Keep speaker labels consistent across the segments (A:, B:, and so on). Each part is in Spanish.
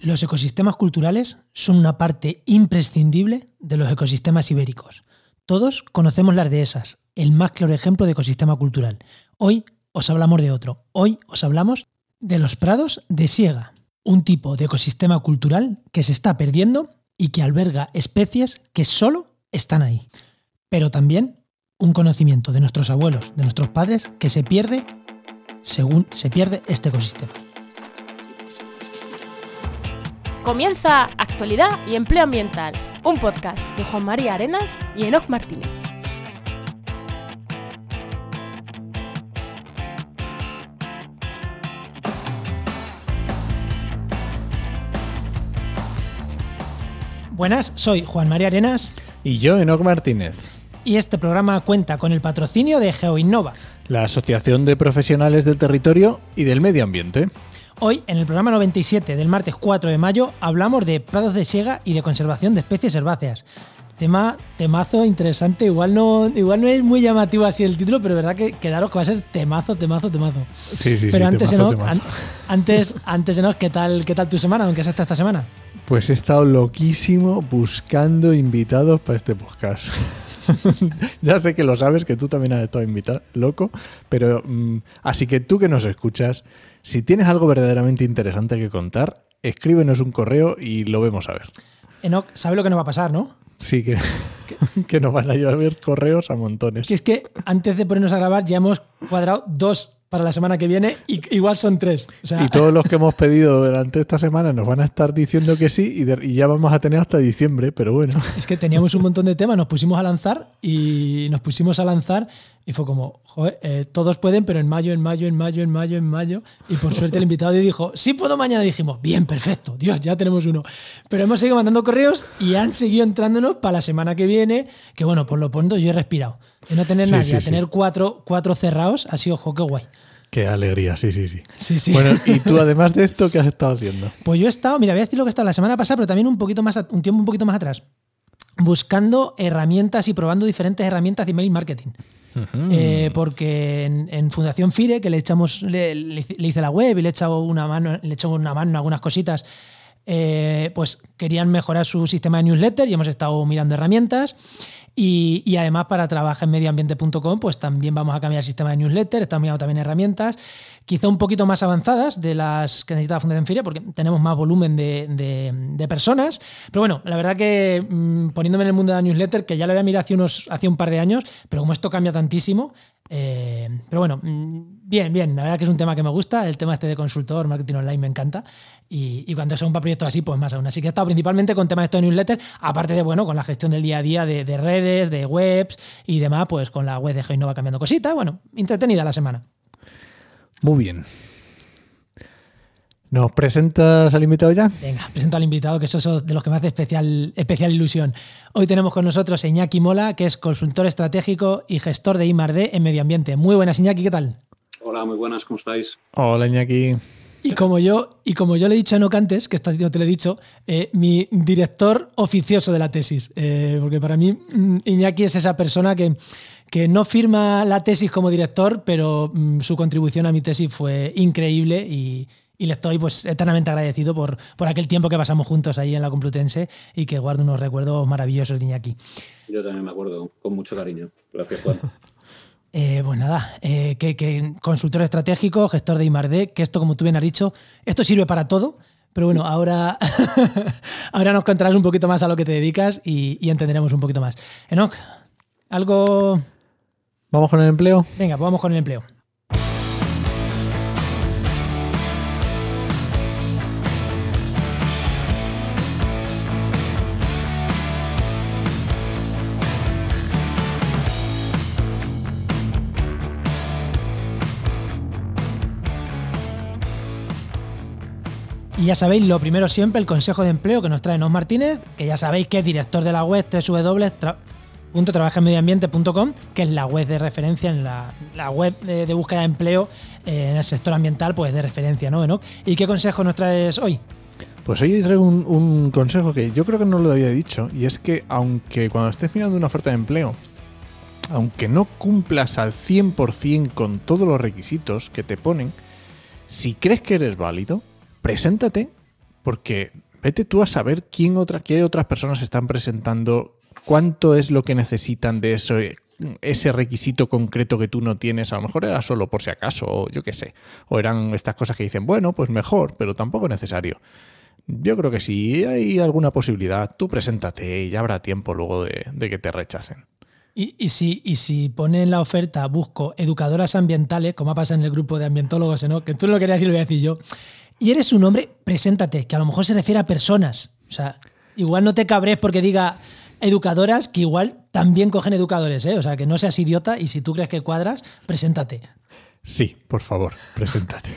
A: Los ecosistemas culturales son una parte imprescindible de los ecosistemas ibéricos. Todos conocemos las dehesas, el más claro ejemplo de ecosistema cultural. Hoy os hablamos de otro. Hoy os hablamos de los prados de siega, un tipo de ecosistema cultural que se está perdiendo y que alberga especies que solo están ahí. Pero también un conocimiento de nuestros abuelos, de nuestros padres, que se pierde según se pierde este ecosistema.
B: Comienza Actualidad y Empleo Ambiental, un podcast de Juan María Arenas y Enoc Martínez.
A: Buenas, soy Juan María Arenas.
C: Y yo, Enoc Martínez.
A: Y este programa cuenta con el patrocinio de GeoInnova,
C: la Asociación de Profesionales del Territorio y del Medio Ambiente.
A: Hoy, en el programa 97 del martes 4 de mayo, hablamos de prados de siega y de conservación de especies herbáceas. Temazo interesante, igual no es muy llamativo así el título, pero es verdad que quedaros que va a ser temazo.
C: Sí,
A: pero antes,
C: temazo,
A: antes Enoc, ¿qué tal tu semana, aunque sea esta semana?
C: Pues he estado loquísimo buscando invitados para este podcast. Ya sé que lo sabes, que tú también has estado invitado, loco, pero así que tú que nos escuchas, si tienes algo verdaderamente interesante que contar, escríbenos un correo y lo vemos a ver.
A: Enoc, ¿sabes lo que nos va a pasar, no?
C: Sí, que nos van a llover correos a montones.
A: Que es que antes de ponernos a grabar ya hemos cuadrado 2 para la semana que viene y igual son 3. O sea,
C: y todos los que hemos pedido durante esta semana nos van a estar diciendo que sí y ya vamos a tener hasta diciembre, pero bueno.
A: Es que teníamos un montón de temas, nos pusimos a lanzar y fue como, joder, todos pueden, pero en mayo. Y por suerte el invitado dijo, sí puedo mañana. Dijimos, bien, perfecto, Dios, ya tenemos uno. Pero hemos seguido mandando correos y han seguido entrándonos para la semana que viene, que bueno, por lo pronto yo he respirado. De no tener nadie, a tener cuatro cerrados, ha sido, qué guay.
C: Qué alegría, sí.
A: Sí.
C: Bueno, y tú además de esto, ¿qué has estado haciendo?
A: Pues yo he estado, voy a decir lo que he estado la semana pasada, pero también un tiempo un poquito más atrás, buscando herramientas y probando diferentes herramientas de email marketing. Porque en Fundación FIRE, que le hice la web y le he echado una mano en algunas cositas, pues querían mejorar su sistema de newsletter y hemos estado mirando herramientas. Y además para trabajar en medioambiente.com pues también vamos a cambiar el sistema de newsletter, estamos mirando también herramientas quizá un poquito más avanzadas de las que necesita la Fundación FIRE porque tenemos más volumen de personas, pero bueno, la verdad que poniéndome en el mundo de la newsletter, que ya lo había mirado hace un par de años, pero como esto cambia tantísimo, pero bueno, bien, la verdad que es un tema que me gusta, el tema este de consultor, marketing online me encanta. Y cuando son para proyectos así, pues más aún. Así que he estado principalmente con temas de estos newsletter, aparte de, bueno, con la gestión del día a día de redes, de webs y demás, pues con la web de GeoInnova cambiando cositas. Bueno, entretenida la semana.
C: Muy bien. ¿Nos presentas al invitado ya?
A: Venga, presento al invitado, que eso es de los que me hace especial ilusión. Hoy tenemos con nosotros a Iñaki Mola, que es consultor estratégico y gestor de I+D en medio ambiente. Muy buenas, Iñaki, ¿qué tal?
D: Hola, muy buenas, ¿cómo estáis?
C: Hola, Iñaki.
A: Y como yo le he dicho a Enoc antes, que esta no te lo he dicho, mi director oficioso de la tesis. Porque para mí Iñaki es esa persona que no firma la tesis como director, pero su contribución a mi tesis fue increíble y le estoy pues eternamente agradecido por aquel tiempo que pasamos juntos ahí en la Complutense y que guardo unos recuerdos maravillosos de Iñaki.
D: Yo también me acuerdo, con mucho cariño. Gracias, Juan.
A: Pues nada, que consultor estratégico, gestor de I+D, que esto, como tú bien has dicho, esto sirve para todo, pero bueno, ahora nos contarás un poquito más a lo que te dedicas y entenderemos un poquito más. Enoc, ¿algo?
C: ¿Vamos con el empleo?
A: Venga, pues vamos con el empleo. Y ya sabéis, lo primero siempre, el consejo de empleo que nos trae Enoc Martínez, que ya sabéis que es director de la web www.trabajaenmedioambiente.com, que es la web de referencia, en la web de búsqueda de empleo en el sector ambiental, pues de referencia, ¿no, Enoc? ¿Y qué consejo nos traes hoy?
C: Pues hoy traigo un consejo que yo creo que no lo había dicho, y es que aunque cuando estés mirando una oferta de empleo, aunque no cumplas al 100% con todos los requisitos que te ponen, si crees que eres válido, preséntate, porque vete tú a saber qué otras personas están presentando, cuánto es lo que necesitan de eso, ese requisito concreto que tú no tienes. A lo mejor era solo por si acaso, o yo qué sé. O eran estas cosas que dicen, bueno, pues mejor, pero tampoco es necesario. Yo creo que si hay alguna posibilidad, tú preséntate y ya habrá tiempo luego de que te rechacen.
A: Y si pone en la oferta, busco educadoras ambientales, como ha pasado en el grupo de ambientólogos, ¿no? Que tú no lo querías decir, lo voy a decir yo. Y eres un hombre, preséntate, que a lo mejor se refiere a personas. O sea, igual no te cabres porque diga educadoras, que igual también cogen educadores, ¿eh? O sea, que no seas idiota y si tú crees que cuadras, preséntate.
C: Sí, por favor, preséntate.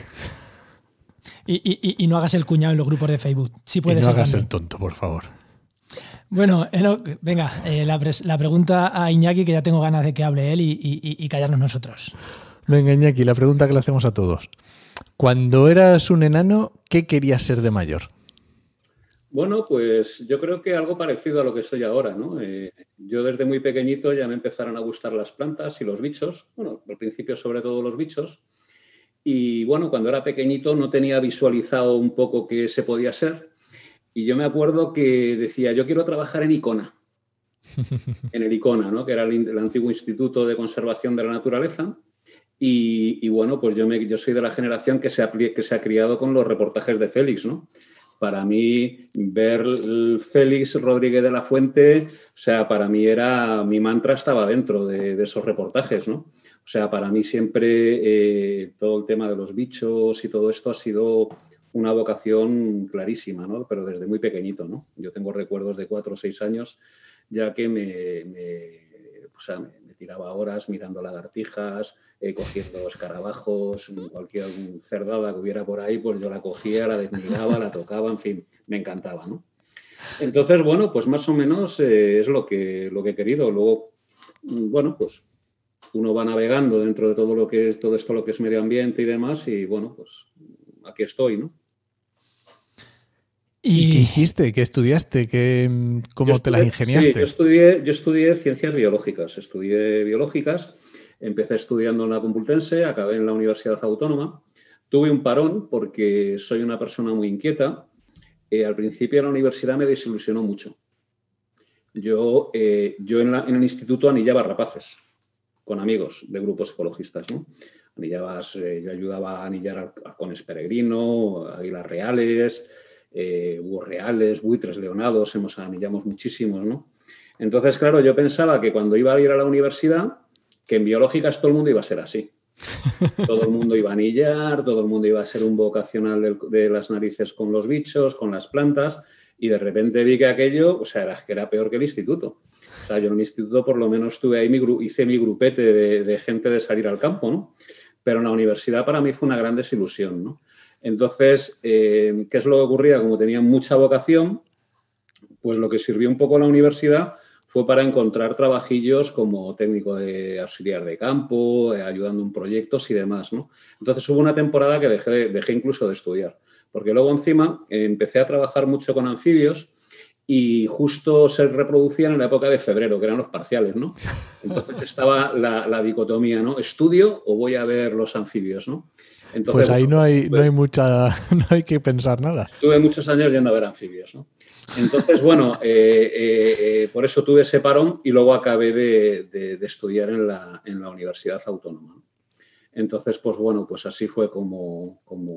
A: Y no hagas el cuñado en los grupos de Facebook. Sí puedes.
C: Y no hagas
A: también
C: el tonto, por favor.
A: Bueno, venga, la pregunta a Iñaki, que ya tengo ganas de que hable él y callarnos nosotros.
C: Venga, Iñaki, la pregunta que le hacemos a todos. Cuando eras un enano, ¿qué querías ser de mayor?
D: Bueno, pues yo creo que algo parecido a lo que soy ahora, ¿no? Yo desde muy pequeñito ya me empezaron a gustar las plantas y los bichos. Bueno, al principio sobre todo los bichos. Y bueno, cuando era pequeñito no tenía visualizado un poco qué se podía ser. Y yo me acuerdo que decía, yo quiero trabajar en Icona. En el Icona, ¿no? Que era el antiguo Instituto de Conservación de la Naturaleza. Y bueno, pues yo soy de la generación que se ha criado con los reportajes de Félix, ¿no? Para mí, ver Félix Rodríguez de la Fuente, o sea, para mí mi mantra estaba dentro de esos reportajes, ¿no? O sea, para mí siempre todo el tema de los bichos y todo esto ha sido una vocación clarísima, ¿no? Pero desde muy pequeñito, ¿no? Yo tengo recuerdos de 4 o 6 años, ya que me tiraba horas mirando lagartijas, cogiendo escarabajos, cualquier cerdada que hubiera por ahí, pues yo la cogía, la desmigaba, la tocaba, en fin, me encantaba, ¿no? Entonces, bueno, pues más o menos es lo que he querido. Luego, bueno, pues uno va navegando dentro de todo esto, lo que es medio ambiente y demás, y bueno, pues aquí estoy, ¿no?
C: ¿Y qué hiciste? ¿Qué estudiaste? ¿Cómo te las ingeniaste?
D: Sí, yo estudié ciencias biológicas. Estudié biológicas, empecé estudiando en la Complutense, acabé en la Universidad Autónoma. Tuve un parón porque soy una persona muy inquieta. Al principio en la universidad me desilusionó mucho. Yo en el instituto anillaba rapaces con amigos de grupos ecologistas, ¿no? Yo ayudaba a anillar a halcones peregrino, águilas reales, búhos reales, buitres leonados, anillamos muchísimos, ¿no? Entonces, claro, yo pensaba que cuando iba a ir a la universidad, que en biológicas todo el mundo iba a ser así. Todo el mundo iba a anillar, todo el mundo iba a ser un vocacional de las narices con los bichos, con las plantas, y de repente vi que aquello, o sea, era peor que el instituto. O sea, yo en el instituto por lo menos estuve ahí, hice mi grupete de gente de salir al campo, ¿no? Pero en la universidad para mí fue una gran desilusión, ¿no? Entonces, ¿qué es lo que ocurría? Como tenía mucha vocación, pues lo que sirvió un poco a la universidad fue para encontrar trabajillos como técnico de auxiliar de campo, ayudando en proyectos y demás, ¿no? Entonces hubo una temporada que dejé incluso de estudiar, porque luego encima empecé a trabajar mucho con anfibios y justo se reproducían en la época de febrero, que eran los parciales, ¿no? Entonces estaba la dicotomía, ¿no? ¿Estudio o voy a ver los anfibios, ¿no? Entonces,
C: pues ahí no hay que pensar nada.
D: Tuve muchos años yendo a ver anfibios, ¿no? Entonces, bueno, por eso tuve ese parón y luego acabé de estudiar en la Universidad Autónoma. Entonces, pues bueno, pues así fue como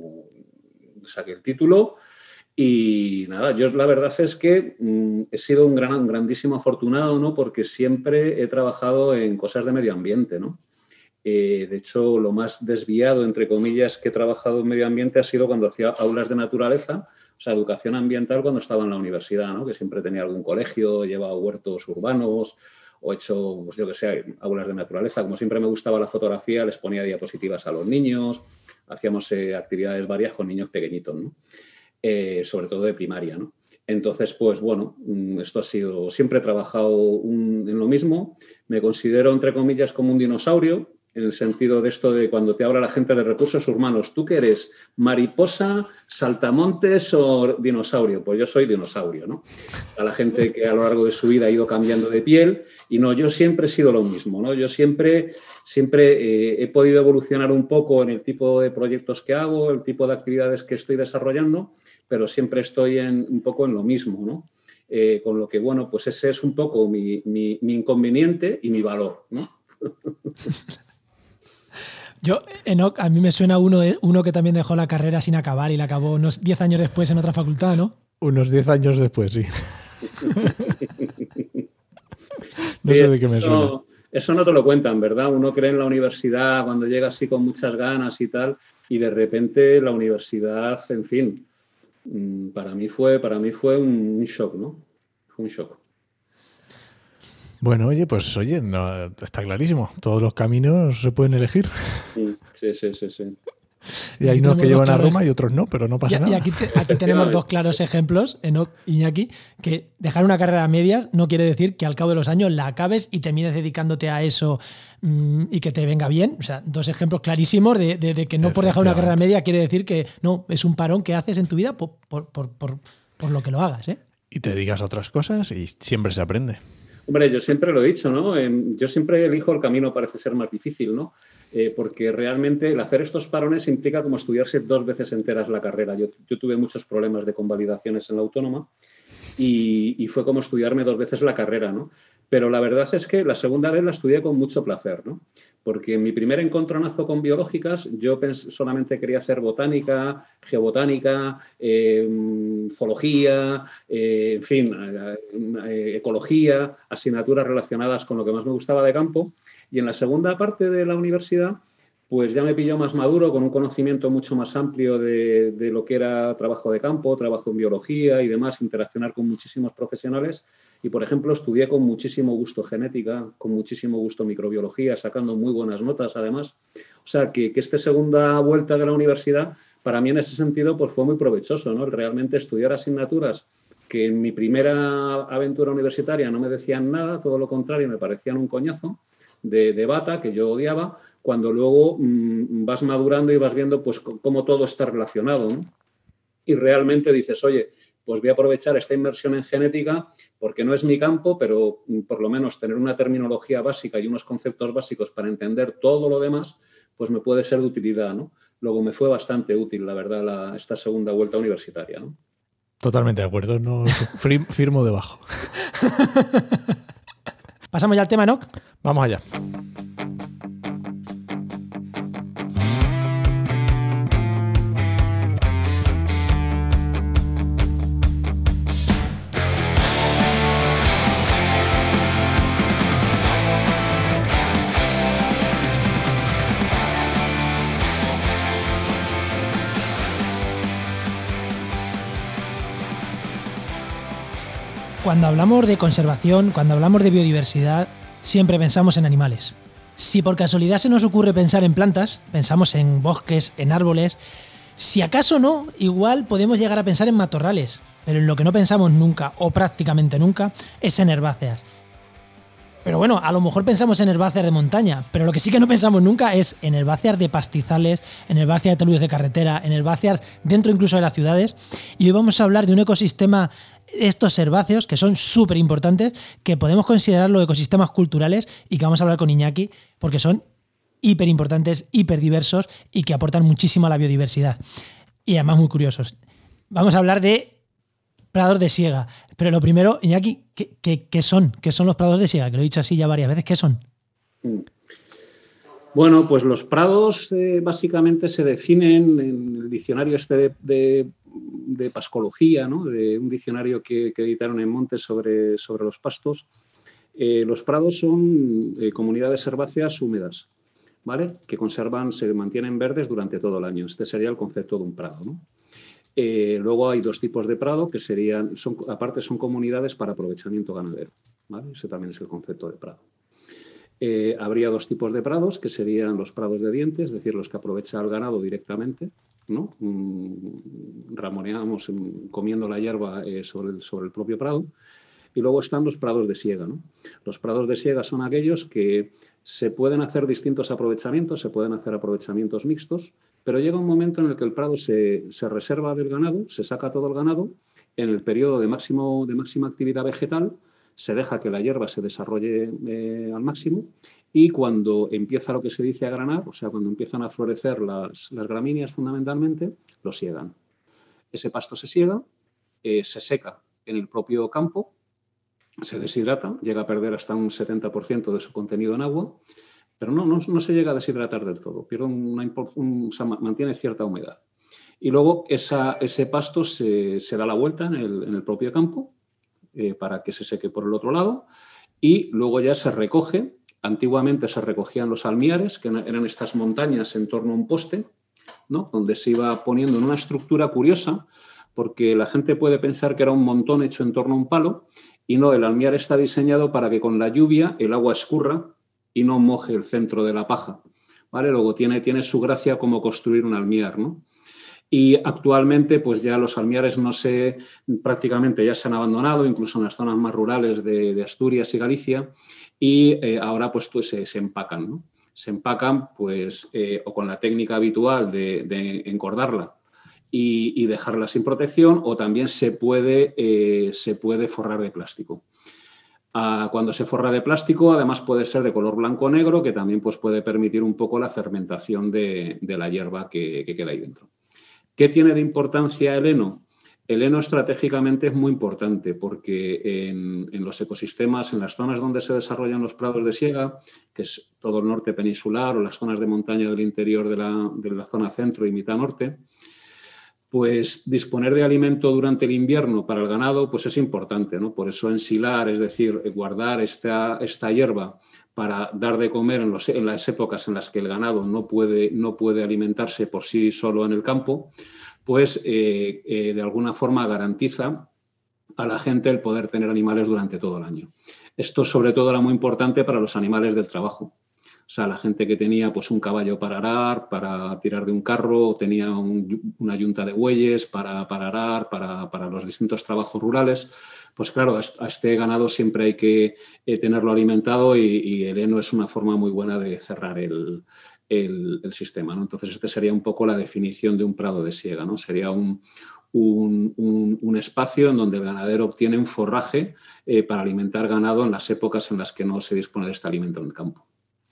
D: saqué el título. Y nada, yo la verdad es que he sido un grandísimo afortunado, ¿no? Porque siempre he trabajado en cosas de medio ambiente, ¿no? De hecho, lo más desviado, entre comillas, que he trabajado en medio ambiente ha sido cuando hacía aulas de naturaleza, o sea, educación ambiental cuando estaba en la universidad, ¿no? Que siempre tenía algún colegio, llevaba huertos urbanos o he hecho, pues yo que sé, aulas de naturaleza. Como siempre me gustaba la fotografía, les ponía diapositivas a los niños, hacíamos actividades varias con niños pequeñitos, ¿no? Sobre todo de primaria, ¿no? Entonces, pues bueno, esto ha sido... Siempre he trabajado en lo mismo. Me considero, entre comillas, como un dinosaurio, en el sentido de esto de cuando te habla la gente de recursos humanos. ¿Tú qué eres? ¿Mariposa, saltamontes o dinosaurio? Pues yo soy dinosaurio, ¿no? A la gente que a lo largo de su vida ha ido cambiando de piel y no, yo siempre he sido lo mismo, ¿no? Yo siempre he podido evolucionar un poco en el tipo de proyectos que hago, el tipo de actividades que estoy desarrollando, pero siempre estoy un poco en lo mismo, ¿no? Con lo que, bueno, pues ese es un poco mi inconveniente y mi valor, ¿no?
A: Yo, Enoch, a mí me suena uno que también dejó la carrera sin acabar y la acabó unos 10 años después en otra facultad, ¿no?
C: Unos 10 años después, sí. No sé de qué me suena.
D: Eso no te lo cuentan, ¿verdad? Uno cree en la universidad cuando llega así con muchas ganas y tal, y de repente la universidad, en fin, para mí fue un shock, ¿no? Fue un shock.
C: Bueno, oye, no, está clarísimo. Todos los caminos se pueden elegir.
D: Sí.
C: Y hay unos que llevan a Roma y otros no, pero no pasa nada.
A: Y aquí tenemos dos claros ejemplos, Enoch y Iñaki, que dejar una carrera a medias no quiere decir que al cabo de los años la acabes y termines dedicándote a eso y que te venga bien. O sea, dos ejemplos clarísimos de que no por dejar una carrera a media quiere decir que no, es un parón que haces en tu vida por lo que lo hagas, ¿eh?
C: Y te dedicas a otras cosas y siempre se aprende.
D: Hombre, yo siempre lo he dicho, ¿no? Yo siempre elijo el camino, parece ser más difícil, ¿no? Porque realmente el hacer estos parones implica como estudiarse 2 veces enteras la carrera. Yo tuve muchos problemas de convalidaciones en la autónoma y fue como estudiarme 2 veces la carrera, ¿no? Pero la verdad es que la segunda vez la estudié con mucho placer, ¿no? Porque en mi primer encontronazo con biológicas yo solamente quería hacer botánica, geobotánica, zoología, en fin, ecología, asignaturas relacionadas con lo que más me gustaba de campo. Y en la segunda parte de la universidad, pues ya me pilló más maduro, con un conocimiento mucho más amplio de lo que era trabajo de campo, trabajo en biología y demás, interaccionar con muchísimos profesionales. Y, por ejemplo, estudié con muchísimo gusto genética, con muchísimo gusto microbiología, sacando muy buenas notas, además. O sea, que esta segunda vuelta de la universidad, para mí en ese sentido, pues fue muy provechoso, ¿no? Realmente estudiar asignaturas que en mi primera aventura universitaria no me decían nada, todo lo contrario, me parecían un coñazo de bata que yo odiaba, cuando luego vas madurando y vas viendo pues cómo todo está relacionado, ¿no? Y realmente dices, oye, pues voy a aprovechar esta inversión en genética porque no es mi campo, pero por lo menos tener una terminología básica y unos conceptos básicos para entender todo lo demás, pues me puede ser de utilidad, ¿no? Luego me fue bastante útil, la verdad, esta segunda vuelta universitaria, ¿no?
C: Totalmente de acuerdo, no firmo debajo.
A: ¿Pasamos ya al tema, Enoch?
C: Vamos allá.
A: Cuando hablamos de conservación, cuando hablamos de biodiversidad, siempre pensamos en animales. Si por casualidad se nos ocurre pensar en plantas, pensamos en bosques, en árboles. Si acaso no, igual podemos llegar a pensar en matorrales, pero en lo que no pensamos nunca, o prácticamente nunca, es en herbáceas. Pero bueno, a lo mejor pensamos en herbáceas de montaña, pero lo que sí que no pensamos nunca es en herbáceas de pastizales, en herbáceas de taludes de carretera, en herbáceas dentro incluso de las ciudades. Y hoy vamos a hablar de un ecosistema, estos herbáceos, que son súper importantes, que podemos considerar los ecosistemas culturales y que vamos a hablar con Iñaki, porque son hiper importantes, hiper diversos y que aportan muchísimo a la biodiversidad. Y además muy curiosos. Vamos a hablar de prados de siega. Pero lo primero, Iñaki, ¿qué son? ¿Qué son los prados de siega? Que lo he dicho así ya varias veces. ¿Qué son?
D: Bueno, pues los prados básicamente se definen en el diccionario de pascología, ¿no? De un diccionario que editaron en Montes sobre los pastos. Los prados son comunidades herbáceas húmedas, ¿vale? Que se mantienen verdes durante todo el año. Este sería el concepto de un prado, ¿no? Luego hay 2 tipos de prado que son comunidades para aprovechamiento ganadero, ¿vale? Ese también es el concepto de prado. Habría 2 tipos de prados que serían los prados de diente, es decir, los que aprovecha el ganado directamente, ¿no? Ramoneamos comiendo la hierba sobre el propio prado. Y luego están los prados de siega, ¿no? Los prados de siega son aquellos que se pueden hacer distintos aprovechamientos, se pueden hacer aprovechamientos mixtos, pero llega un momento en el que el prado se reserva del ganado, se saca todo el ganado, en el periodo de máxima actividad vegetal, se deja que la hierba se desarrolle al máximo y cuando empieza lo que se dice a granar, o sea, cuando empiezan a florecer las gramíneas fundamentalmente, lo siegan. ese pasto se siega, se seca en el propio campo, se deshidrata, llega a perder hasta un 70% de su contenido en agua, pero no se llega a deshidratar del todo, mantiene cierta humedad. Y luego ese pasto se da la vuelta en el propio campo para que se seque por el otro lado y luego ya se recoge. Antiguamente se recogían los almiares, que eran estas montañas en torno a un poste, ¿no? Donde se iba poniendo en una estructura curiosa, porque la gente puede pensar que era un montón hecho en torno a un palo, y no, el almiar está diseñado para que con la lluvia el agua escurra y no moje el centro de la paja, ¿vale? Luego tiene su gracia como construir un almiar, ¿no? Y actualmente, pues ya los almiares prácticamente ya se han abandonado, incluso en las zonas más rurales de Asturias y Galicia, y ahora pues se empacan, ¿no? Se empacan pues o con la técnica habitual de encordarla y dejarla sin protección, o también se puede forrar de plástico. Cuando se forra de plástico, además puede ser de color blanco o negro, que también pues, puede permitir un poco la fermentación de la hierba que queda ahí dentro. ¿Qué tiene de importancia el heno? El heno estratégicamente es muy importante porque en los ecosistemas, en las zonas donde se desarrollan los prados de siega, que es todo el norte peninsular o las zonas de montaña del interior de la zona centro y mitad norte, pues disponer de alimento durante el invierno para el ganado pues es importante, ¿no? Por eso ensilar, es decir, guardar esta hierba para dar de comer en las épocas en las que el ganado no puede alimentarse por sí solo en el campo, pues de alguna forma garantiza a la gente el poder tener animales durante todo el año. Esto sobre todo era muy importante para los animales del trabajo. O sea, la gente que tenía pues, un caballo para arar, para tirar de un carro, o tenía una yunta de bueyes para arar, para los distintos trabajos rurales, pues claro, a este ganado siempre hay que tenerlo alimentado y el heno es una forma muy buena de cerrar el sistema, ¿no? Entonces, esta sería un poco la definición de un prado de siega, ¿no? Sería un espacio en donde el ganadero obtiene un forraje para alimentar ganado en las épocas en las que no se dispone de este alimento en el campo.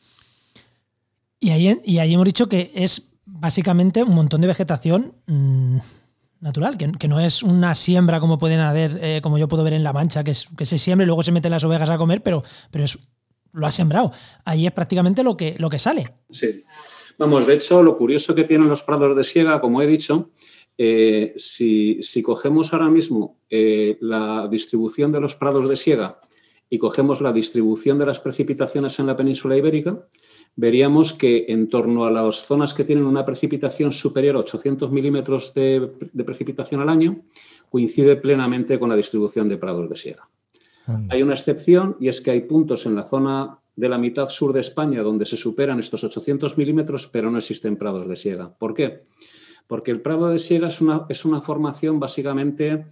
A: Y ahí hemos dicho que es básicamente un montón de vegetación natural, que no es una siembra como pueden haber, como yo puedo ver en La Mancha, que se siembra y luego se meten las ovejas a comer, pero lo has sembrado. Ahí es prácticamente lo que sale.
D: Sí. Vamos, de hecho, lo curioso que tienen los prados de siega, como he dicho, si cogemos ahora mismo la distribución de los prados de siega y cogemos la distribución de las precipitaciones en la península ibérica, veríamos que en torno a las zonas que tienen una precipitación superior a 800 milímetros de precipitación al año, coincide plenamente con la distribución de prados de siega. Hay una excepción y es que hay puntos en la zona de la mitad sur de España donde se superan estos 800 milímetros, pero no existen prados de siega. ¿Por qué? Porque el prado de siega es una formación básicamente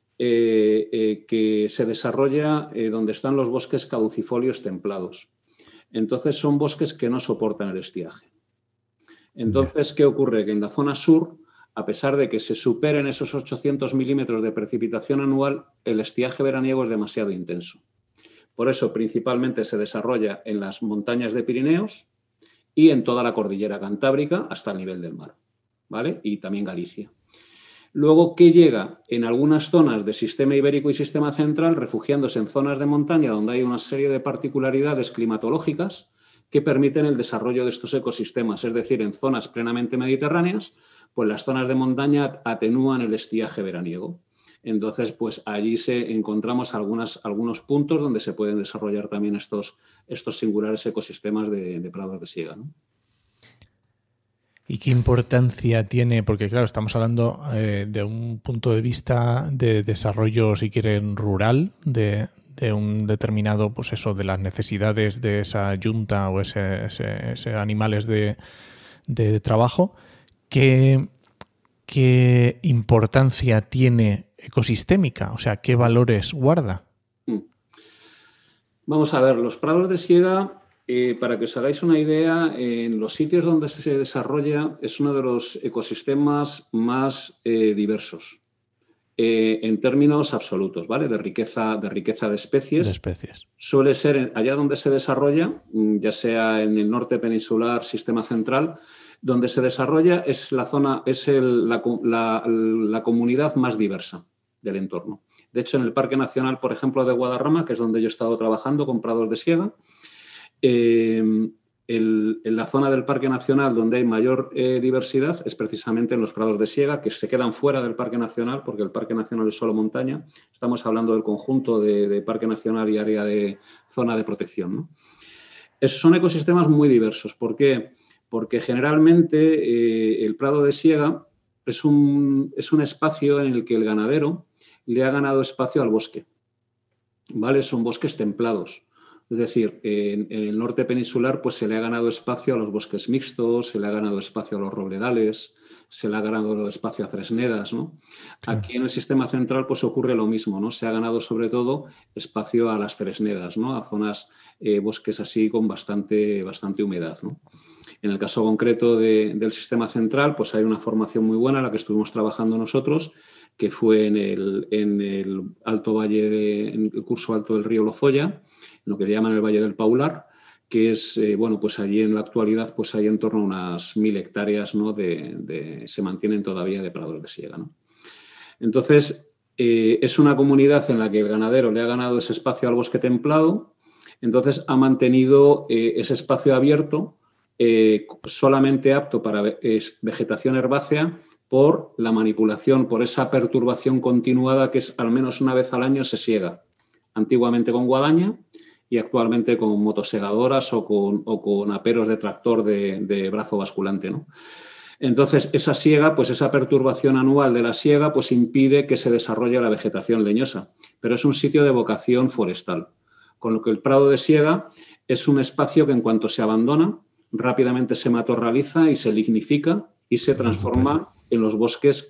D: que se desarrolla donde están los bosques caducifolios templados. Entonces son bosques que no soportan el estiaje. Entonces, ¿qué ocurre? Que en la zona sur, a pesar de que se superen esos 800 milímetros de precipitación anual, el estiaje veraniego es demasiado intenso. Por eso, principalmente se desarrolla en las montañas de Pirineos y en toda la cordillera cantábrica hasta el nivel del mar, ¿vale? Y también Galicia. Luego, ¿qué llega? En algunas zonas del sistema ibérico y sistema central, refugiándose en zonas de montaña donde hay una serie de particularidades climatológicas que permiten el desarrollo de estos ecosistemas. Es decir, en zonas plenamente mediterráneas, pues las zonas de montaña atenúan el estiaje veraniego. Entonces, pues allí encontramos algunos puntos donde se pueden desarrollar también estos singulares ecosistemas de prados de siega, ¿no?
C: ¿Y qué importancia tiene? Porque, claro, estamos hablando de un punto de vista de desarrollo, si quieren, rural, de un determinado, pues eso, de las necesidades de esa yunta o ese animales de trabajo. ¿Qué importancia tiene ecosistémica? O sea, ¿qué valores guarda?
D: Vamos a ver, los prados de siega, para que os hagáis una idea, en los sitios donde se desarrolla es uno de los ecosistemas más diversos. en términos absolutos, ¿vale? De riqueza de especies.
C: De especies.
D: Suele ser allá donde se desarrolla, ya sea en el norte peninsular, sistema central, donde se desarrolla es la zona, es la comunidad más diversa del entorno. De hecho, en el Parque Nacional, por ejemplo, de Guadarrama, que es donde yo he estado trabajando con prados de siega, en la zona del Parque Nacional donde hay mayor diversidad es precisamente en los prados de siega, que se quedan fuera del Parque Nacional, porque el Parque Nacional es solo montaña. Estamos hablando del conjunto de Parque Nacional y área de zona de protección, ¿no? Son ecosistemas muy diversos. ¿Por qué? Porque generalmente el prado de siega es un espacio en el que el ganadero le ha ganado espacio al bosque, ¿vale? Son bosques templados. Es decir, en el norte peninsular pues se le ha ganado espacio a los bosques mixtos, se le ha ganado espacio a los robledales, se le ha ganado espacio a fresnedas, ¿no? Sí. Aquí en el sistema central pues ocurre lo mismo, ¿no? Se ha ganado sobre todo espacio a las fresnedas, ¿no? A zonas, bosques así con bastante humedad, ¿no? En el caso concreto del sistema central pues hay una formación muy buena en la que estuvimos trabajando nosotros, que fue en el Alto Valle, en el curso alto del río Lozoya, lo que llaman el Valle del Paular, que es, bueno, pues allí en la actualidad pues hay en torno a unas 1000 hectáreas, ¿no? Se mantienen todavía de prados de siega, ¿no? Entonces, es una comunidad en la que el ganadero le ha ganado ese espacio al bosque templado, entonces ha mantenido ese espacio abierto, solamente apto para vegetación herbácea, por la manipulación, por esa perturbación continuada que es al menos una vez al año se siega. Antiguamente con guadaña y actualmente con motosegadoras o con aperos de tractor de brazo basculante, ¿no? Entonces, esa siega, pues esa perturbación anual de la siega, pues impide que se desarrolle la vegetación leñosa. Pero es un sitio de vocación forestal. Con lo que el prado de siega es un espacio que en cuanto se abandona, rápidamente se matorraliza y se lignifica y se transforma en los bosques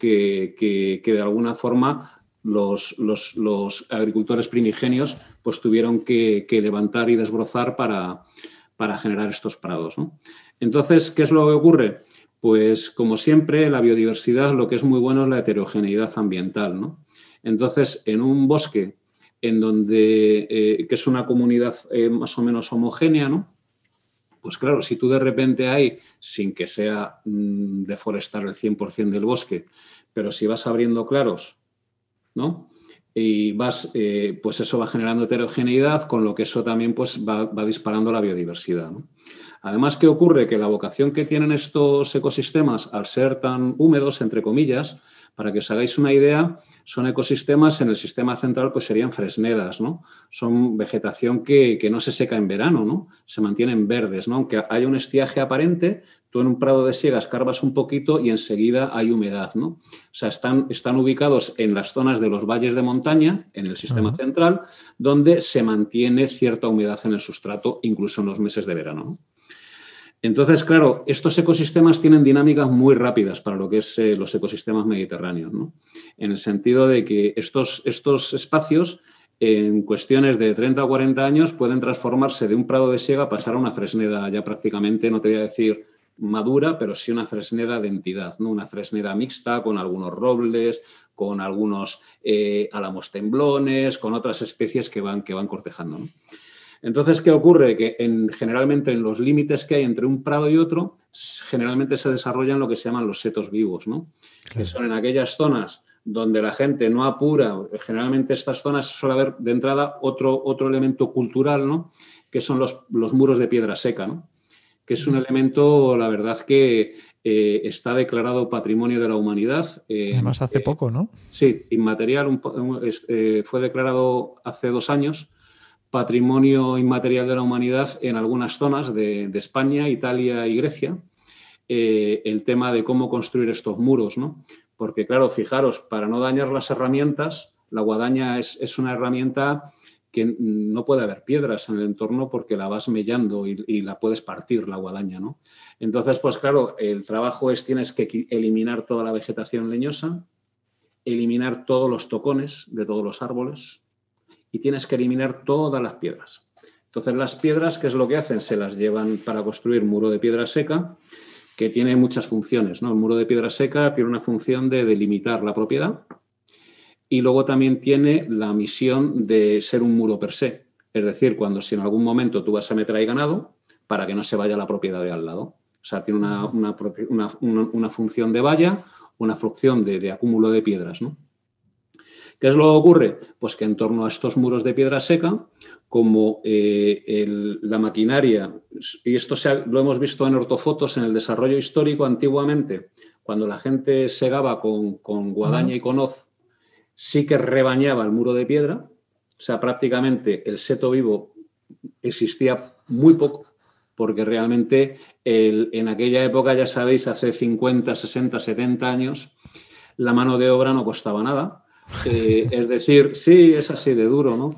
D: que de alguna forma los agricultores primigenios pues tuvieron que levantar y desbrozar para generar estos prados, ¿no? Entonces, ¿qué es lo que ocurre? Pues, como siempre, la biodiversidad, lo que es muy bueno es la heterogeneidad ambiental, ¿no? Entonces, en un bosque en donde, que es una comunidad más o menos homogénea, ¿no? Pues claro, si tú de repente hay, sin que sea deforestar el 100% del bosque, pero si vas abriendo claros, ¿no? Y vas, pues eso va generando heterogeneidad, con lo que eso también pues va disparando la biodiversidad, ¿no? Además, ¿qué ocurre? Que la vocación que tienen estos ecosistemas, al ser tan húmedos, entre comillas, para que os hagáis una idea, son ecosistemas en el sistema central, pues serían fresnedas, ¿no? Son vegetación que no se seca en verano, ¿no? Se mantienen verdes, ¿no? Aunque haya un estiaje aparente, tú en un prado de siega escarbas un poquito y enseguida hay humedad, ¿no? O sea, están ubicados en las zonas de los valles de montaña, en el sistema central, donde se mantiene cierta humedad en el sustrato, incluso en los meses de verano, ¿no? Entonces, claro, estos ecosistemas tienen dinámicas muy rápidas para lo que es los ecosistemas mediterráneos, ¿no? En el sentido de que estos espacios, en cuestiones de 30 o 40 años, pueden transformarse de un prado de siega a pasar a una fresneda ya prácticamente, no te voy a decir madura, pero sí una fresneda de entidad, ¿no? Una fresneda mixta con algunos robles, con algunos álamos temblones, con otras especies que van cortejando, ¿no? Entonces, ¿qué ocurre? Que generalmente en los límites que hay entre un prado y otro, generalmente se desarrollan lo que se llaman los setos vivos, ¿no? Claro. Que son en aquellas zonas donde la gente no apura. Generalmente estas zonas suele haber de entrada otro elemento cultural, ¿no? Que son los muros de piedra seca, ¿no? Que es un elemento, la verdad, que está declarado Patrimonio de la Humanidad.
C: Además, hace poco, ¿no?
D: Sí, inmaterial, fue declarado hace 2 años Patrimonio Inmaterial de la Humanidad en algunas zonas de España, Italia y Grecia, el tema de cómo construir estos muros, ¿no? Porque, claro, fijaros, para no dañar las herramientas, la guadaña es una herramienta que no puede haber piedras en el entorno porque la vas mellando y la puedes partir, la guadaña, ¿no? Entonces, pues claro, el trabajo tienes que eliminar toda la vegetación leñosa, eliminar todos los tocones de todos los árboles, y tienes que eliminar todas las piedras. Entonces, las piedras, ¿qué es lo que hacen? Se las llevan para construir muro de piedra seca, que tiene muchas funciones, ¿no? El muro de piedra seca tiene una función de delimitar la propiedad, y luego también tiene la misión de ser un muro per se. Es decir, si en algún momento tú vas a meter ahí ganado, para que no se vaya a la propiedad de al lado. O sea, tiene una función de valla, una función de acúmulo de piedras, ¿no? ¿Qué es lo que ocurre? Pues que en torno a estos muros de piedra seca, como la maquinaria, y esto lo hemos visto en ortofotos, en el desarrollo histórico antiguamente, cuando la gente segaba con guadaña y con hoz, sí que rebañaba el muro de piedra, o sea, prácticamente el seto vivo existía muy poco, porque realmente en aquella época, ya sabéis, hace 50, 60, 70 años, la mano de obra no costaba nada. Es decir, sí, es así de duro, ¿no?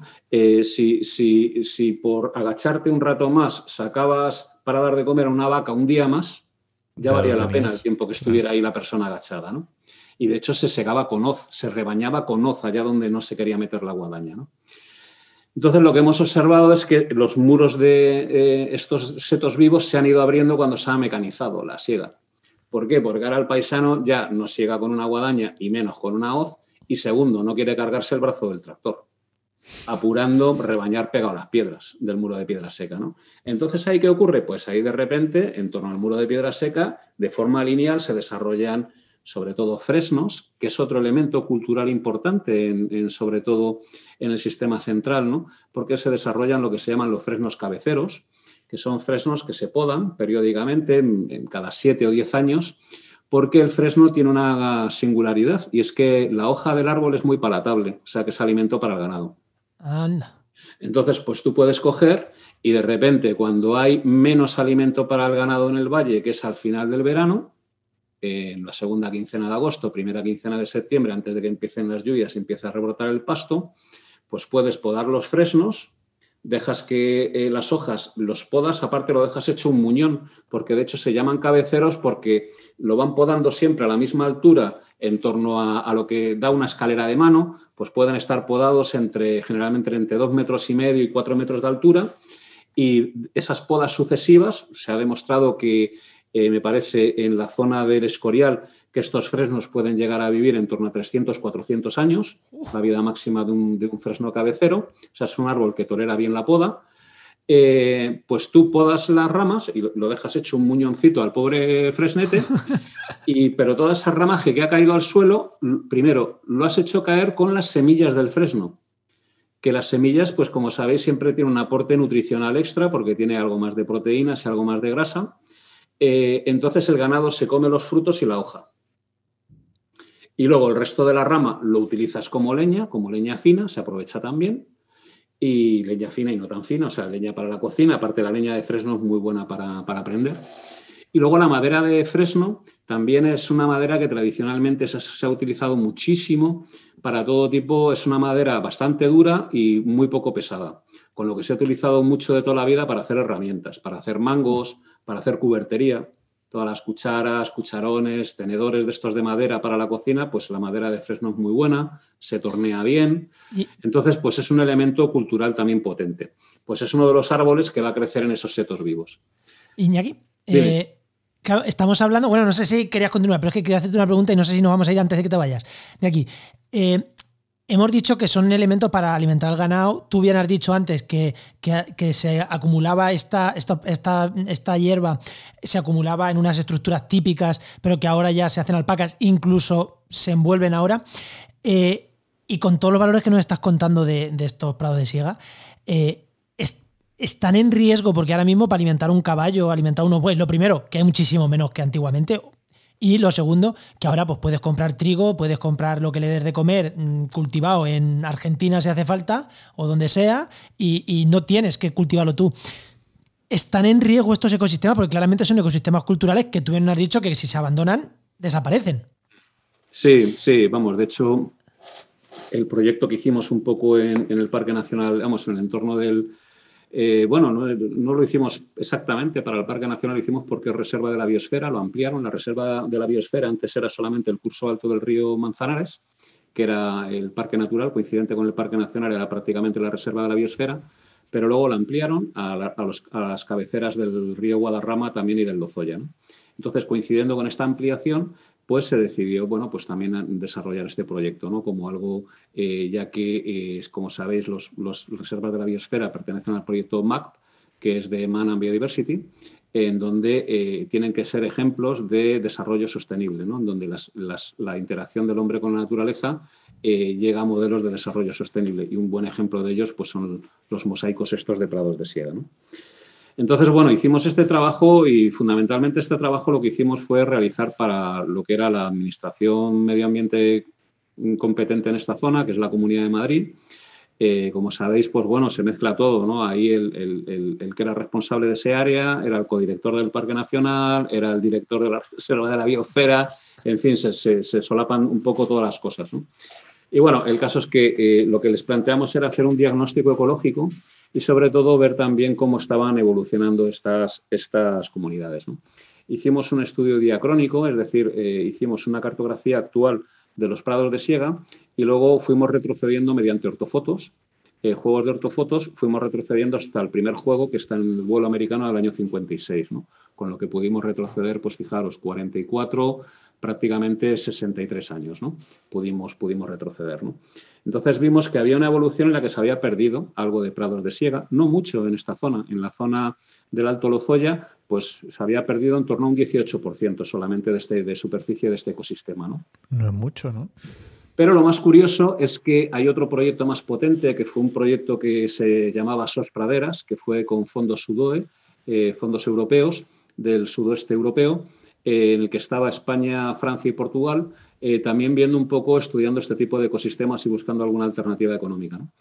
D: Si por agacharte un rato más sacabas para dar de comer a una vaca un día más, ya valía la pena el tiempo que estuviera ahí la persona agachada, ¿no? Y de hecho se segaba con hoz, se rebañaba con hoz allá donde no se quería meter la guadaña, ¿no? Entonces lo que hemos observado es que los muros de estos setos vivos se han ido abriendo cuando se ha mecanizado la siega. ¿Por qué? Porque ahora el paisano ya no siega con una guadaña y menos con una hoz, y segundo, no quiere cargarse el brazo del tractor, apurando, rebañar pegado a las piedras del muro de piedra seca, ¿no? Entonces, ¿ahí qué ocurre? Pues ahí de repente, en torno al muro de piedra seca, de forma lineal se desarrollan sobre todo fresnos, que es otro elemento cultural importante, sobre todo en el sistema central, ¿no? Porque se desarrollan lo que se llaman los fresnos cabeceros, que son fresnos que se podan periódicamente, en cada 7 o 10 años, porque el fresno tiene una singularidad, y es que la hoja del árbol es muy palatable, o sea que es alimento para el ganado.
A: Anda.
D: Entonces, pues tú puedes coger y de repente, cuando hay menos alimento para el ganado en el valle, que es al final del verano, en la segunda quincena de agosto, primera quincena de septiembre, antes de que empiecen las lluvias y empiece a rebrotar el pasto, pues puedes podar los fresnos, dejas que las hojas los podas, aparte lo dejas hecho un muñón, porque de hecho se llaman cabeceros porque lo van podando siempre a la misma altura en torno a lo que da una escalera de mano, pues pueden estar podados generalmente entre 2,5 metros y 4 metros de altura, y esas podas sucesivas se ha demostrado que me parece en la zona del Escorial que estos fresnos pueden llegar a vivir en torno a 300, 400 años, la vida máxima de un fresno cabecero. O sea, es un árbol que tolera bien la poda. Pues tú podas las ramas y lo dejas hecho un muñoncito al pobre fresnete, pero toda esa ramaje que ha caído al suelo, primero lo has hecho caer con las semillas del fresno. Que las semillas, pues como sabéis, siempre tienen un aporte nutricional extra porque tiene algo más de proteínas y algo más de grasa. Entonces el ganado se come los frutos y la hoja. Y luego el resto de la rama lo utilizas como leña fina, se aprovecha también. Y leña fina y no tan fina, o sea, leña para la cocina. Aparte, la leña de fresno es muy buena para prender. Y luego la madera de fresno también es una madera que tradicionalmente se ha utilizado muchísimo para todo tipo. Es una madera bastante dura y muy poco pesada, con lo que se ha utilizado mucho de toda la vida para hacer herramientas, para hacer mangos, para hacer cubertería. Todas las cucharas, cucharones, tenedores de estos de madera para la cocina, pues la madera de fresno es muy buena, se tornea bien. Entonces, pues es un elemento cultural también potente. Pues es uno de los árboles que va a crecer en esos setos vivos.
A: Iñaki, claro, estamos hablando, bueno, no sé si querías continuar, pero es que quería hacerte una pregunta y no sé si nos vamos a ir antes de que te vayas. De aquí. Hemos dicho que son elementos para alimentar al ganado. Tú bien has dicho antes que se acumulaba esta hierba, se acumulaba en unas estructuras típicas, pero que ahora ya se hacen alpacas, incluso se envuelven ahora. Y con todos los valores que nos estás contando de estos prados de siega, están en riesgo, porque ahora mismo para alimentar un caballo, alimentar unos bueyes, lo primero, que hay muchísimo menos que antiguamente. Y lo segundo, que ahora pues puedes comprar trigo, puedes comprar lo que le des de comer cultivado en Argentina si hace falta, o donde sea, y no tienes que cultivarlo tú. ¿Están en riesgo estos ecosistemas? Porque claramente son ecosistemas culturales que tú bien has dicho que si se abandonan, desaparecen.
D: Sí, vamos, de hecho, el proyecto que hicimos un poco en el Parque Nacional, vamos, en el entorno del... no lo hicimos exactamente para el Parque Nacional, lo hicimos porque es reserva de la biosfera, lo ampliaron. La reserva de la biosfera antes era solamente el curso alto del río Manzanares, que era el parque natural, coincidente con el Parque Nacional, era prácticamente la reserva de la biosfera, pero luego la ampliaron a las cabeceras del río Guadarrama también y del Lozoya, ¿no? Entonces, coincidiendo con esta ampliación, pues se decidió, bueno, pues también desarrollar este proyecto, ¿no? Como algo, ya que, como sabéis, los reservas de la biosfera pertenecen al proyecto MAP, que es de Man and Biodiversity, en donde tienen que ser ejemplos de desarrollo sostenible, ¿no? En donde la interacción del hombre con la naturaleza llega a modelos de desarrollo sostenible. Y un buen ejemplo de ellos pues, son los mosaicos estos de prados de siega, ¿no? Entonces, bueno, hicimos este trabajo y fundamentalmente este trabajo lo que hicimos fue realizar para lo que era la Administración Medio Ambiente competente en esta zona, que es la Comunidad de Madrid. Como sabéis, pues bueno, se mezcla todo, ¿no? Ahí el que era responsable de ese área era el codirector del Parque Nacional, era el director de la Reserva de la Biosfera, en fin, se solapan un poco todas las cosas, ¿no? Y bueno, el caso es que lo que les planteamos era hacer un diagnóstico ecológico y sobre todo ver también cómo estaban evolucionando estas comunidades, ¿no? Hicimos un estudio diacrónico, es decir, hicimos una cartografía actual de los prados de siega y luego fuimos retrocediendo mediante ortofotos, juegos de ortofotos, fuimos retrocediendo hasta el primer juego que está en el vuelo americano del año 56, ¿no? Con lo que pudimos retroceder, pues fijaros, 44, prácticamente 63 años, ¿no? Pudimos retroceder, ¿no? Entonces vimos que había una evolución en la que se había perdido algo de prados de siega, no mucho en esta zona, en la zona del Alto Lozoya, pues se había perdido en torno a un 18% solamente de superficie de este ecosistema, ¿no?
C: No es mucho, ¿no?
D: Pero lo más curioso es que hay otro proyecto más potente, que fue un proyecto que se llamaba SOS Praderas, que fue con fondos SUDOE, fondos europeos del sudoeste europeo, en el que estaba España, Francia y Portugal, también viendo un poco, estudiando este tipo de ecosistemas y buscando alguna alternativa económica, ¿no?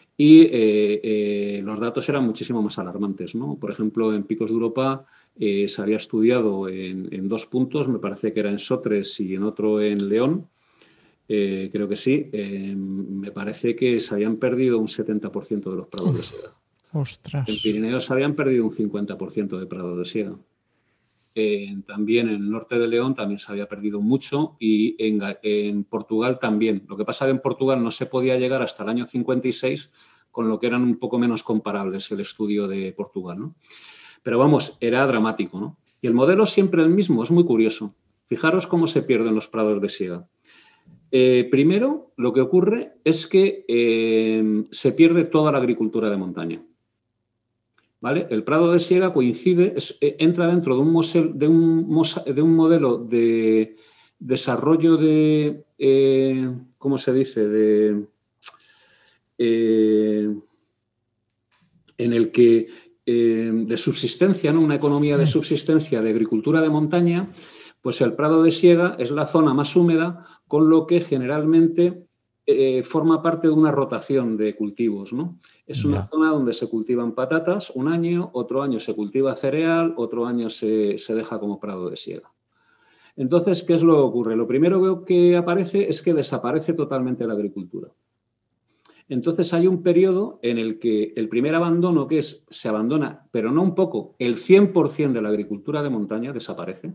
D: Y los datos eran muchísimo más alarmantes, ¿no? Por ejemplo, en Picos de Europa se había estudiado en 2 puntos, me parece que era en Sotres y en otro en León, creo que sí, me parece que se habían perdido un 70% de los prados de siega.
C: ¡Ostras!
D: En Pirineos se habían perdido un 50% de prados de siega. También en el norte de León también se había perdido mucho y en Portugal también. Lo que pasa es que en Portugal no se podía llegar hasta el año 56, con lo que eran un poco menos comparables el estudio de Portugal, ¿no? Pero vamos, era dramático, ¿no? Y el modelo siempre el mismo, es muy curioso. Fijaros cómo se pierden los prados de siega. Primero, lo que ocurre es que se pierde toda la agricultura de montaña. ¿Vale? El prado de siega coincide, entra dentro de un modelo de desarrollo de, ¿cómo se dice? En el que de subsistencia, ¿no? Una economía de subsistencia de agricultura de montaña, pues el prado de siega es la zona más húmeda, con lo que generalmente forma parte de una rotación de cultivos, ¿no? Es una zona donde se cultivan patatas un año, otro año se cultiva cereal, otro año se deja como prado de siega. Entonces, ¿qué es lo que ocurre? Lo primero que aparece es que desaparece totalmente la agricultura. Entonces hay un periodo en el que el primer abandono, que es, se abandona, pero no un poco, el 100% de la agricultura de montaña desaparece.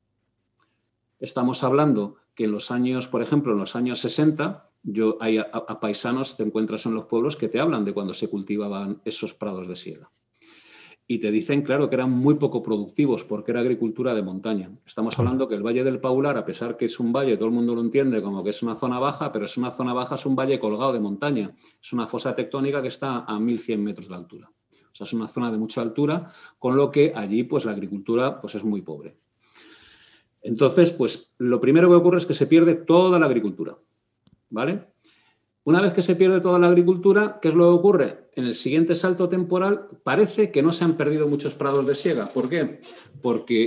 D: Estamos hablando que en los años, por ejemplo, en los años 60, hay a paisanos, te encuentras en los pueblos que te hablan de cuando se cultivaban esos prados de siega. Y te dicen, claro, que eran muy poco productivos porque era agricultura de montaña. Estamos hablando que el Valle del Paular, a pesar que es un valle, todo el mundo lo entiende como que es una zona baja, pero es una zona baja, es un valle colgado de montaña. Es una fosa tectónica que está a 1.100 metros de altura. O sea, es una zona de mucha altura, con lo que allí pues la agricultura pues, es muy pobre. Entonces, pues lo primero que ocurre es que se pierde toda la agricultura, ¿vale? Una vez que se pierde toda la agricultura, ¿qué es lo que ocurre? En el siguiente salto temporal parece que no se han perdido muchos prados de siega. ¿Por qué? Porque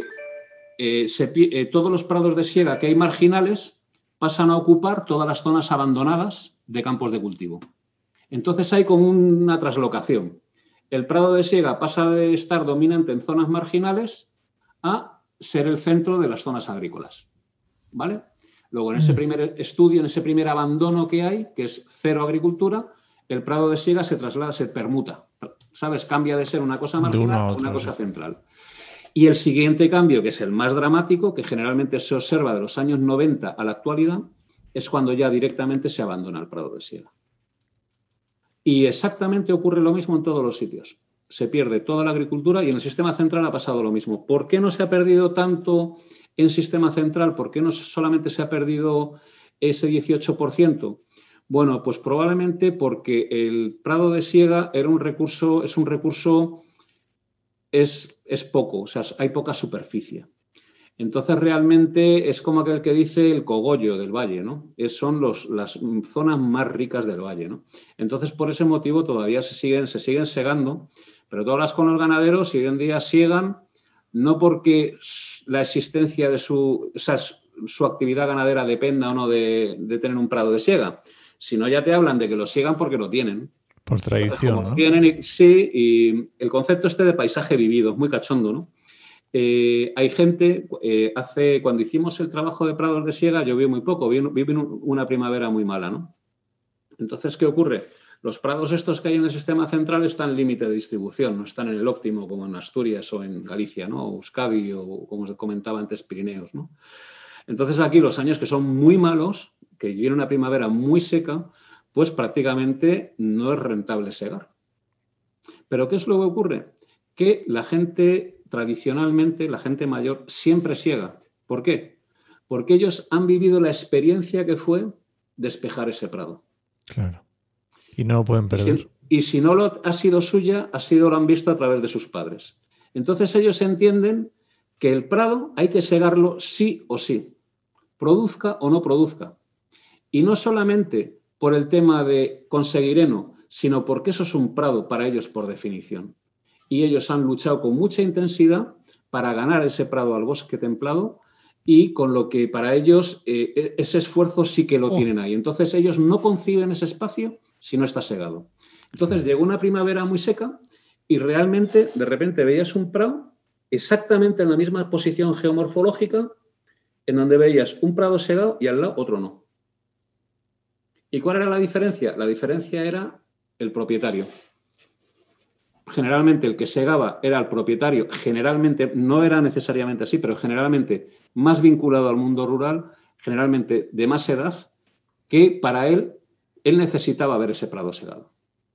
D: todos los prados de siega que hay marginales pasan a ocupar todas las zonas abandonadas de campos de cultivo. Entonces hay como una traslocación. El prado de siega pasa de estar dominante en zonas marginales a ser el centro de las zonas agrícolas, ¿vale? Luego, en ese primer estudio, en ese primer abandono que hay, que es cero agricultura, el prado de siega se traslada, se permuta, ¿sabes? Cambia de ser una cosa marginal a una cosa central. Y el siguiente cambio, que es el más dramático, que generalmente se observa de los años 90 a la actualidad, es cuando ya directamente se abandona el prado de siega. Y exactamente ocurre lo mismo en todos los sitios. Se pierde toda la agricultura y en el sistema central ha pasado lo mismo. ¿Por qué no se ha perdido tanto en sistema central, ¿por qué no solamente se ha perdido ese 18%? Bueno, pues probablemente porque el prado de siega es poco, o sea, hay poca superficie. Entonces, realmente es como aquel que dice el cogollo del valle, ¿no? Son las zonas más ricas del valle, ¿no? Entonces, por ese motivo todavía se siguen segando, pero tú hablas con los ganaderos y hoy en día siegan no porque la existencia de su actividad ganadera dependa o no de tener un prado de siega, sino ya te hablan de que lo siegan porque lo tienen.
C: Por tradición,
D: ¿no?
C: Tienen,
D: sí, y el concepto de paisaje vivido es muy cachondo, ¿no? Hay gente, cuando hicimos el trabajo de prados de siega, llovió muy poco, vino una primavera muy mala, ¿no? Entonces, ¿qué ocurre? Los prados estos que hay en el sistema central están en límite de distribución, no están en el óptimo como en Asturias o en Galicia, ¿no? O Euskadi o, como se comentaba antes, Pirineos, ¿no? Entonces, aquí los años que son muy malos, que viene una primavera muy seca, pues prácticamente no es rentable segar. ¿Pero qué es lo que ocurre? Que la gente, tradicionalmente, la gente mayor, siempre siega. ¿Por qué? Porque ellos han vivido la experiencia que fue despejar ese prado.
C: Claro. Y no lo pueden perder.
D: Y si no ha sido suya, lo han visto a través de sus padres. Entonces ellos entienden que el prado hay que segarlo sí o sí, produzca o no produzca. Y no solamente por el tema de conseguir heno, sino porque eso es un prado para ellos por definición. Y ellos han luchado con mucha intensidad para ganar ese prado al bosque templado y con lo que para ellos ese esfuerzo sí que lo tienen ahí. Entonces ellos no conciben ese espacio si no está segado. Entonces llegó una primavera muy seca y realmente de repente veías un prado exactamente en la misma posición geomorfológica en donde veías un prado segado y al lado otro no. ¿Y cuál era la diferencia? La diferencia era el propietario. Generalmente el que segaba era el propietario, generalmente, no era necesariamente así, pero generalmente más vinculado al mundo rural, generalmente de más edad, que para él necesitaba ver ese prado segado.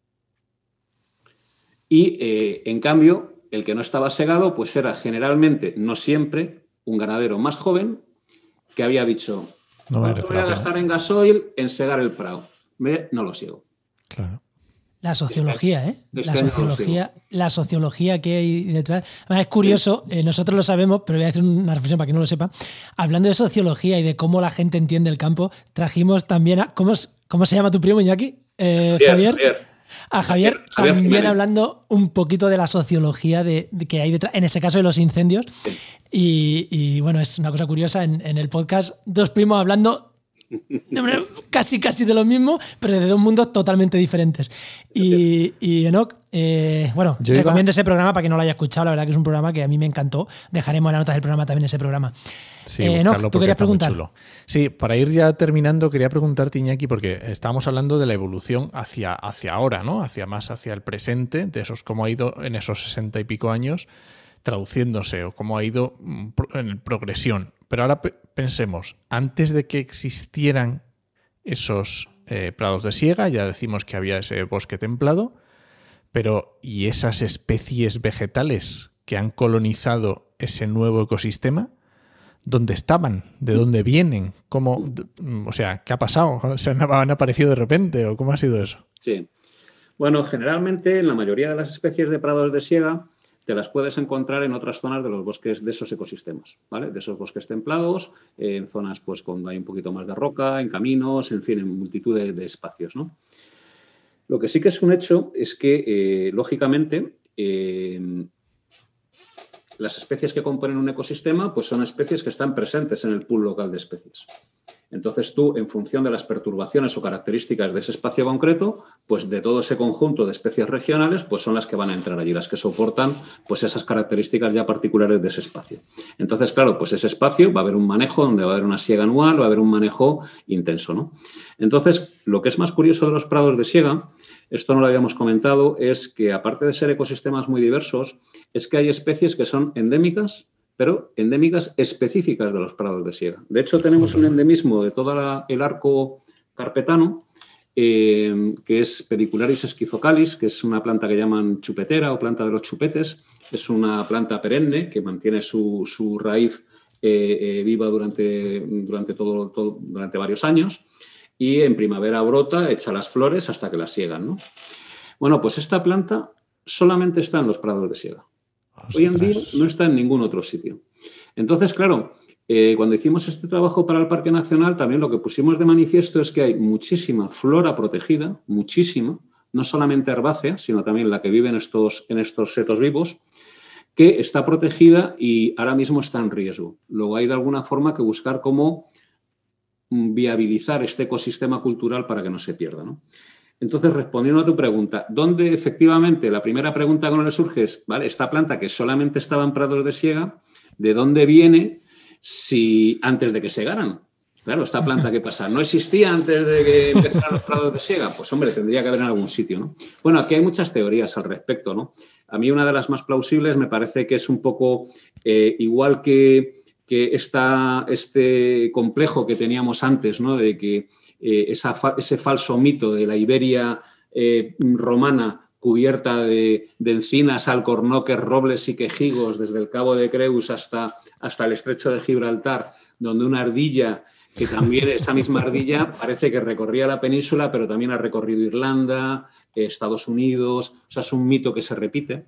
D: Y, en cambio, el que no estaba segado, pues era generalmente, no siempre, un ganadero más joven que había dicho, no voy a gastar en gasoil en segar el prado. No lo sigo.
C: Claro.
A: La sociología, ¿eh? La sociología que hay detrás. Además, es curioso, nosotros lo sabemos, pero voy a hacer una reflexión para que no lo sepa. Hablando de sociología y de cómo la gente entiende el campo, trajimos también a... ¿Cómo se llama tu primo, Iñaki? Javier. A Javier también hablando un poquito de la sociología de que hay detrás, en ese caso de los incendios. Y bueno, es una cosa curiosa, en el podcast, dos primos hablando casi de lo mismo, pero de dos mundos totalmente diferentes. Y Enoch, bueno, recomiendo ese programa para que no lo haya escuchado. La verdad que es un programa que a mí me encantó. Dejaremos en las notas del programa también ese programa.
C: Sí,
A: Enoch, ¿tú querías preguntar?
C: Sí, para ir ya terminando, quería preguntarte, Iñaki, porque estábamos hablando de la evolución hacia ahora, ¿no? Hacia el presente, de esos cómo ha ido en esos 60 y pico años traduciéndose o cómo ha ido en progresión. Pero ahora pensemos, antes de que existieran esos prados de siega, ya decimos que había ese bosque templado, pero ¿y esas especies vegetales que han colonizado ese nuevo ecosistema? ¿Dónde estaban? ¿De dónde vienen? ¿Cómo, o sea, qué ha pasado? ¿Se han aparecido de repente o cómo ha sido eso?
D: Sí. Bueno, generalmente en la mayoría de las especies de prados de siega te las puedes encontrar en otras zonas de los bosques de esos ecosistemas, ¿vale? De esos bosques templados, en zonas pues cuando hay un poquito más de roca, en caminos, en fin, en multitud de espacios, ¿no? Lo que sí que es un hecho es que, lógicamente, las especies que componen un ecosistema pues son especies que están presentes en el pool local de especies. Entonces tú, en función de las perturbaciones o características de ese espacio concreto, pues de todo ese conjunto de especies regionales, pues son las que van a entrar allí, las que soportan pues esas características ya particulares de ese espacio. Entonces, claro, pues ese espacio va a haber un manejo donde va a haber una siega anual, va a haber un manejo intenso, ¿no? Entonces, lo que es más curioso de los prados de siega, esto no lo habíamos comentado, es que aparte de ser ecosistemas muy diversos, es que hay especies que son endémicas, pero endémicas específicas de los prados de siega. De hecho, tenemos un endemismo de todo el arco carpetano, que es Pedicularis esquizocalis, que es una planta que llaman chupetera o planta de los chupetes. Es una planta perenne que mantiene su raíz viva durante varios años y en primavera brota, echa las flores hasta que las siegan, ¿no? Bueno, pues esta planta solamente está en los prados de siega. Hoy en día no está en ningún otro sitio. Entonces, claro, cuando hicimos este trabajo para el Parque Nacional, también lo que pusimos de manifiesto es que hay muchísima flora protegida, muchísima, no solamente herbácea, sino también la que vive en estos setos vivos, que está protegida y ahora mismo está en riesgo. Luego hay de alguna forma que buscar cómo viabilizar este ecosistema cultural para que no se pierda, ¿no? Entonces, respondiendo a tu pregunta, ¿dónde efectivamente la primera pregunta que no le surge es, ¿vale? Esta planta que solamente estaba en prados de siega, ¿de dónde viene si antes de que segaran? Claro, esta planta, ¿qué pasa? ¿No existía antes de que empezaran los prados de siega? Pues hombre, tendría que haber en algún sitio, ¿no? Bueno, aquí hay muchas teorías al respecto, ¿no? A mí una de las más plausibles me parece que es un poco igual que este complejo que teníamos antes, ¿no? De que ese falso mito de la Iberia romana cubierta de encinas, alcornoques, robles y quejigos desde el Cabo de Creus hasta el Estrecho de Gibraltar, donde una ardilla, que también esta misma ardilla parece que recorría la península, pero también ha recorrido Irlanda, Estados Unidos, o sea, es un mito que se repite.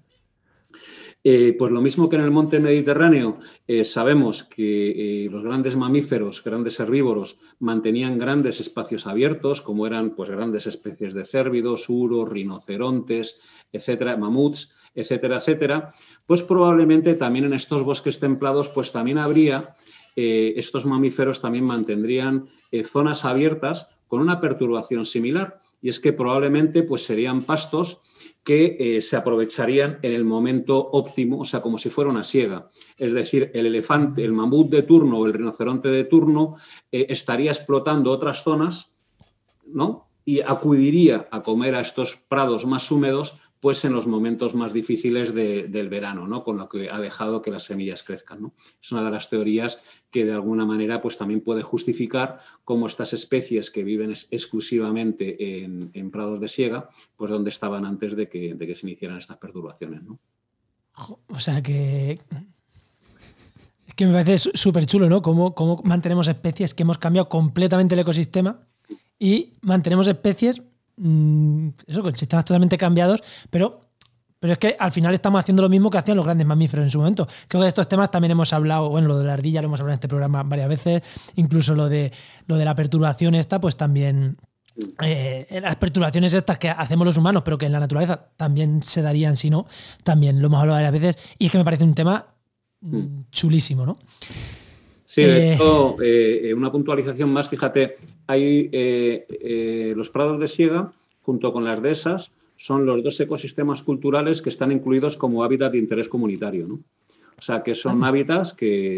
D: Pues lo mismo que en el monte Mediterráneo, sabemos que los grandes mamíferos, grandes herbívoros, mantenían grandes espacios abiertos, como eran pues, grandes especies de cérvidos, uros, rinocerontes, etcétera, mamuts, etcétera, etcétera. Pues probablemente también en estos bosques templados pues también habría, estos mamíferos también mantendrían zonas abiertas con una perturbación similar, y es que probablemente pues, serían pastos que se aprovecharían en el momento óptimo, o sea, como si fuera una siega. Es decir, el elefante, el mamut de turno o el rinoceronte de turno estaría explotando otras zonas, ¿no? Y acudiría a comer a estos prados más húmedos pues en los momentos más difíciles del verano, ¿no? Con lo que ha dejado que las semillas crezcan, ¿no? Es una de las teorías que de alguna manera pues también puede justificar cómo estas especies que viven exclusivamente en prados de siega, pues dónde estaban antes de que se iniciaran estas perturbaciones, ¿no?
A: O sea que... Es que me parece súper chulo, ¿no? Cómo mantenemos especies que hemos cambiado completamente el ecosistema y mantenemos especies eso, con sistemas totalmente cambiados, pero es que al final estamos haciendo lo mismo que hacían los grandes mamíferos en su momento. Creo que de estos temas también hemos hablado, bueno, lo de la ardilla lo hemos hablado en este programa varias veces, incluso lo de la perturbación esta, pues también las perturbaciones estas que hacemos los humanos, pero que en la naturaleza también se darían si no, también lo hemos hablado varias veces y es que me parece un tema chulísimo, ¿no?
D: Sí, de hecho, una puntualización más, fíjate, hay los prados de siega, junto con las dehesas, son los dos ecosistemas culturales que están incluidos como hábitat de interés comunitario, ¿no? O sea, que son hábitats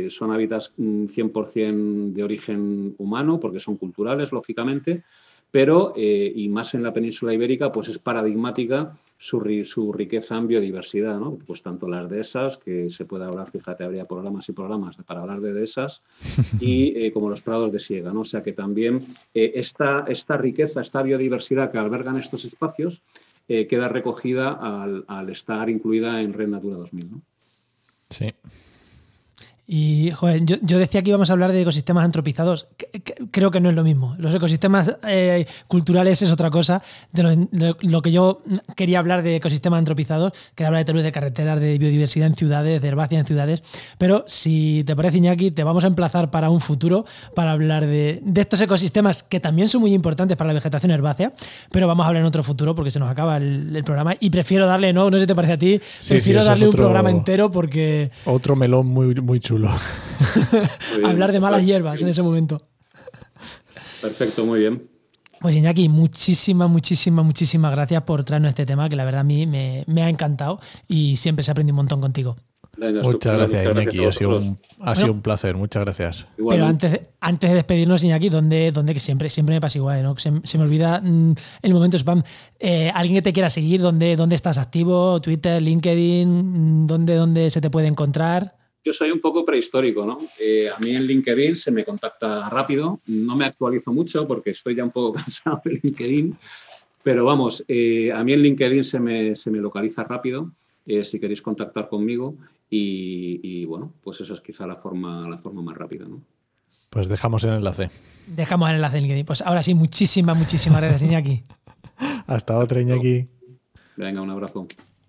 D: 100% de origen humano, porque son culturales, lógicamente, pero, y más en la península ibérica, pues es paradigmática su riqueza en biodiversidad, ¿no? Pues tanto las dehesas, que se puede hablar, fíjate, habría programas y programas para hablar de dehesas, y como los prados de siega, ¿no? O sea que también esta riqueza, esta biodiversidad que albergan estos espacios queda recogida al estar incluida en Red Natura 2000, ¿no?
C: Sí.
A: Y, joder, yo decía que íbamos a hablar de ecosistemas antropizados. Creo que no es lo mismo. Los ecosistemas culturales es otra cosa. De lo que yo quería hablar de ecosistemas antropizados, que habla de temas de carreteras, de biodiversidad en ciudades, de herbácea en ciudades. Pero si te parece, Iñaki, te vamos a emplazar para un futuro para hablar de estos ecosistemas que también son muy importantes para la vegetación herbácea, pero vamos a hablar en otro futuro porque se nos acaba el programa y prefiero darle, no sé si te parece a ti, prefiero darle un programa entero porque...
C: Otro melón muy, muy chulo.
A: Hablar de malas hierbas en ese momento.
D: Perfecto, muy bien.
A: Pues Iñaki, muchísimas gracias por traernos este tema que la verdad a mí me ha encantado y siempre se aprende un montón contigo.
C: Muchas gracias, Iñaki. Ha sido un placer. Muchas gracias.
A: Igualmente. Pero antes de despedirnos, Iñaki, ¿dónde que siempre me pasa igual, ¿no? Se me olvida el momento spam. ¿Alguien que te quiera seguir? ¿Dónde estás activo? ¿Twitter, LinkedIn? ¿Dónde se te puede encontrar?
D: Yo soy un poco prehistórico, ¿no? A mí en LinkedIn se me contacta rápido. No me actualizo mucho porque estoy ya un poco cansado de LinkedIn. Pero vamos, a mí en LinkedIn se me localiza rápido si queréis contactar conmigo. y bueno, pues esa es quizá la forma más rápida, ¿no?
C: Pues dejamos el enlace.
A: Dejamos el enlace en LinkedIn. Pues ahora sí, muchísimas gracias, Iñaki.
C: Hasta otra, Iñaki.
D: Venga, un abrazo.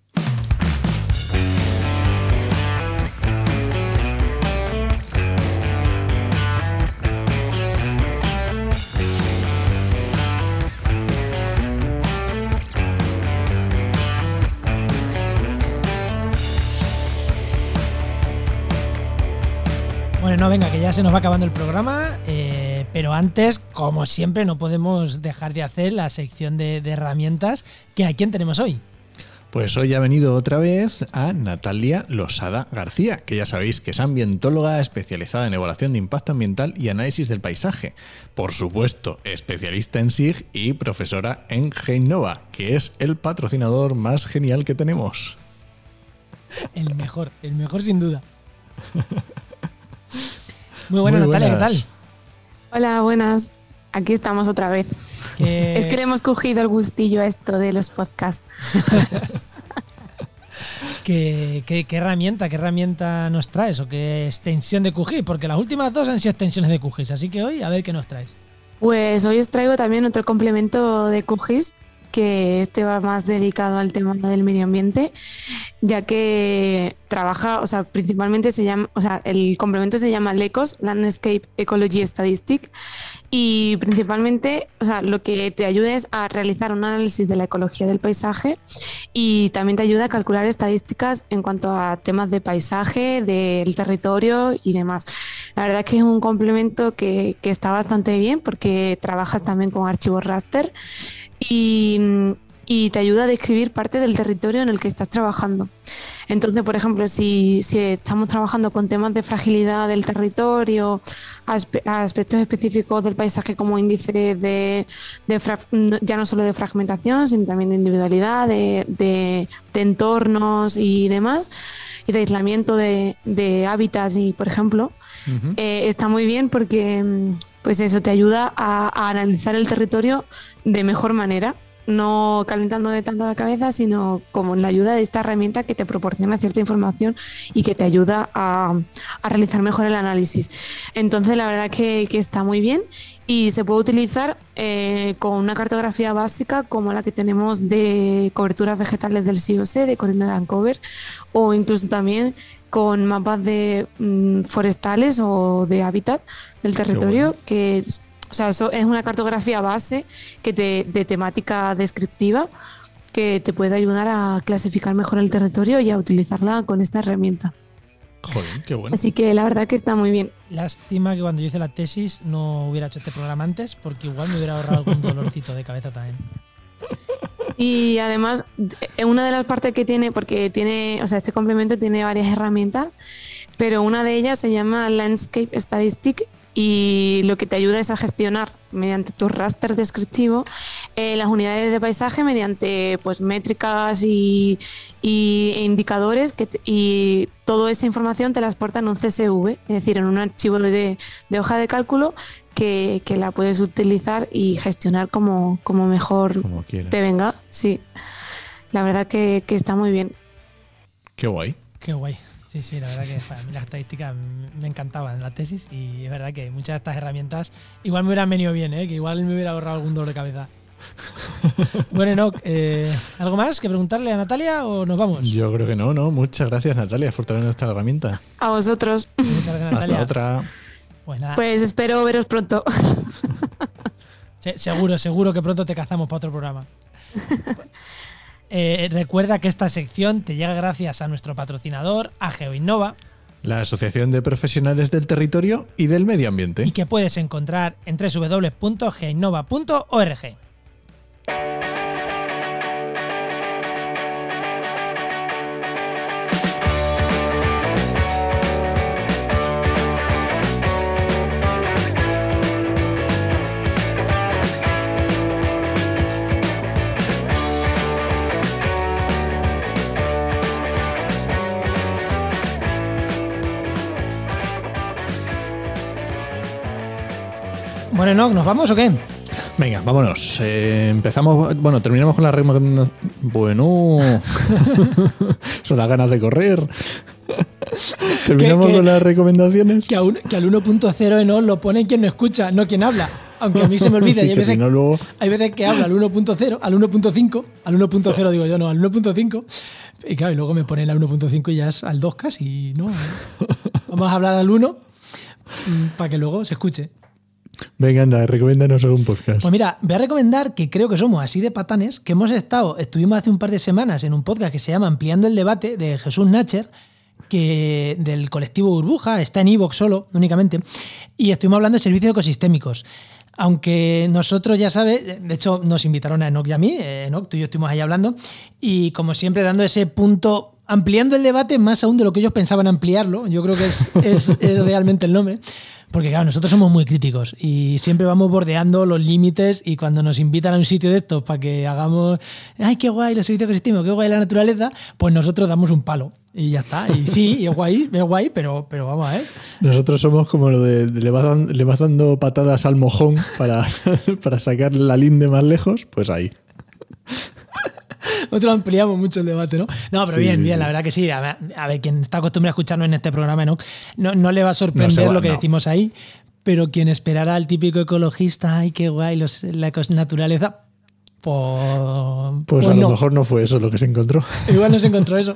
A: Bueno, no, venga, que ya se nos va acabando el programa, pero antes, como siempre, no podemos dejar de hacer la sección de herramientas. Que ¿a quién tenemos hoy?
C: Pues hoy ha venido otra vez a Natalia Losada García, que ya sabéis que es ambientóloga especializada en evaluación de impacto ambiental y análisis del paisaje. Por supuesto, especialista en SIG y profesora en GEINNOVA, que es el patrocinador más genial que tenemos.
A: El mejor sin duda. Muy buena, Natalia, ¿qué tal?
E: Hola, buenas. Aquí estamos otra vez. Es que le hemos cogido el gustillo a esto de los podcasts.
A: ¿Qué herramienta nos traes o qué extensión de QGIS? Porque las últimas dos han sido extensiones de QGIS, así que hoy a ver qué nos traes.
E: Pues hoy os traigo también otro complemento de QGIS, que este va más dedicado al tema del medio ambiente, ya que trabaja, o sea, principalmente se llama, o sea, el complemento se llama LECOS, Landscape Ecology Statistic, y principalmente, o sea, lo que te ayuda es a realizar un análisis de la ecología del paisaje y también te ayuda a calcular estadísticas en cuanto a temas de paisaje, del territorio y demás. La verdad es que es un complemento que está bastante bien porque trabajas también con archivos raster y te ayuda a describir parte del territorio en el que estás trabajando. Entonces, por ejemplo, si estamos trabajando con temas de fragilidad del territorio, aspectos específicos del paisaje como índice ya no solo de fragmentación, sino también de individualidad, de entornos y demás, y de aislamiento de hábitats, y por ejemplo, está muy bien porque pues eso te ayuda a analizar el territorio de mejor manera, no calentándole tanto la cabeza, sino como en la ayuda de esta herramienta que te proporciona cierta información y que te ayuda a realizar mejor el análisis. Entonces, la verdad que está muy bien y se puede utilizar con una cartografía básica como la que tenemos de coberturas vegetales del CIOC, de Corina Land Cover, o incluso también con mapas de forestales o de hábitat del territorio, que o sea, eso es una cartografía base de temática descriptiva que te puede ayudar a clasificar mejor el territorio y a utilizarla con esta herramienta.
C: Joder, qué bueno.
E: Así que la verdad que está muy bien.
A: Lástima que cuando yo hice la tesis no hubiera hecho este programa antes, porque igual me hubiera ahorrado algún dolorcito de cabeza también.
E: Y además, una de las partes que tiene, porque tiene, o sea, este complemento tiene varias herramientas, pero una de ellas se llama Landscape Statistic, y lo que te ayuda es a gestionar mediante tu raster descriptivo las unidades de paisaje mediante pues métricas y indicadores y toda esa información te la exporta en un CSV, es decir, en un archivo de hoja de cálculo que la puedes utilizar y gestionar como mejor te venga. Sí, la verdad que está muy bien.
C: Qué guay.
A: Qué guay. Sí, la verdad que para mí las estadísticas me encantaban en la tesis y es verdad que muchas de estas herramientas igual me hubieran venido bien, que igual me hubiera ahorrado algún dolor de cabeza. Bueno, Enoch, ¿algo más que preguntarle a Natalia o nos vamos?
C: Yo creo que no. Muchas gracias, Natalia, por traernos esta herramienta.
E: A vosotros.
A: Muchas gracias, Natalia.
C: Hasta otra.
A: Pues nada.
E: Pues espero veros pronto.
A: Seguro que pronto te cazamos para otro programa. Recuerda que esta sección te llega gracias a nuestro patrocinador, a GeoInnova,
C: la Asociación de Profesionales del Territorio y del Medio Ambiente,
A: y que puedes encontrar en www.geoinnova.org. Bueno, Enoch, ¿nos vamos o qué?
C: Venga, vámonos. Terminamos con la recomendación. Bueno, son las ganas de correr. Terminamos con las recomendaciones.
A: Que al 1.0 Enoch lo pone quien no escucha, no quien habla. Aunque a mí se me olvida.
C: Sí,
A: y hay,
C: que
A: veces,
C: si no, luego...
A: hay veces que habla al 1.0, al 1.5, al 1.0 digo yo, no, al 1.5. Y claro, y luego me pone el 1.5 y ya es al 2 casi. ¿No? Vamos a hablar al 1 para que luego se escuche.
C: Venga, anda, recomiéndanos algún podcast.
A: Pues mira, voy a recomendar que creo que somos así de patanes, que estuvimos hace un par de semanas en un podcast que se llama Ampliando el Debate de Jesús Nacher, que del colectivo Burbuja, está en iVoox solo, únicamente, y estuvimos hablando de servicios ecosistémicos. Aunque nosotros, ya sabes, de hecho nos invitaron a Enoch y a mí, Enoch, tú y yo estuvimos ahí hablando, y como siempre dando ese punto, ampliando el debate más aún de lo que ellos pensaban ampliarlo, yo creo que es realmente el nombre, porque claro, nosotros somos muy críticos y siempre vamos bordeando los límites, y cuando nos invitan a un sitio de estos para que hagamos, ¡ay, qué guay los servicios ecosistémicos, qué guay la naturaleza!, pues nosotros damos un palo. Y ya está. Y sí, es guay, pero vamos a ver.
C: Nosotros somos como lo de le vas dando patadas al mojón para sacar la linde más lejos, pues ahí.
A: Nosotros ampliamos mucho el debate, ¿no? No, pero sí, bien, la verdad que sí. A ver, quien está acostumbrado a escucharnos en este programa, no le va a sorprender lo que decimos ahí, pero quien esperara al típico ecologista, ¡ay, qué guay la naturaleza!
C: Pues a lo mejor no fue eso lo que se encontró.
A: Igual no se encontró eso.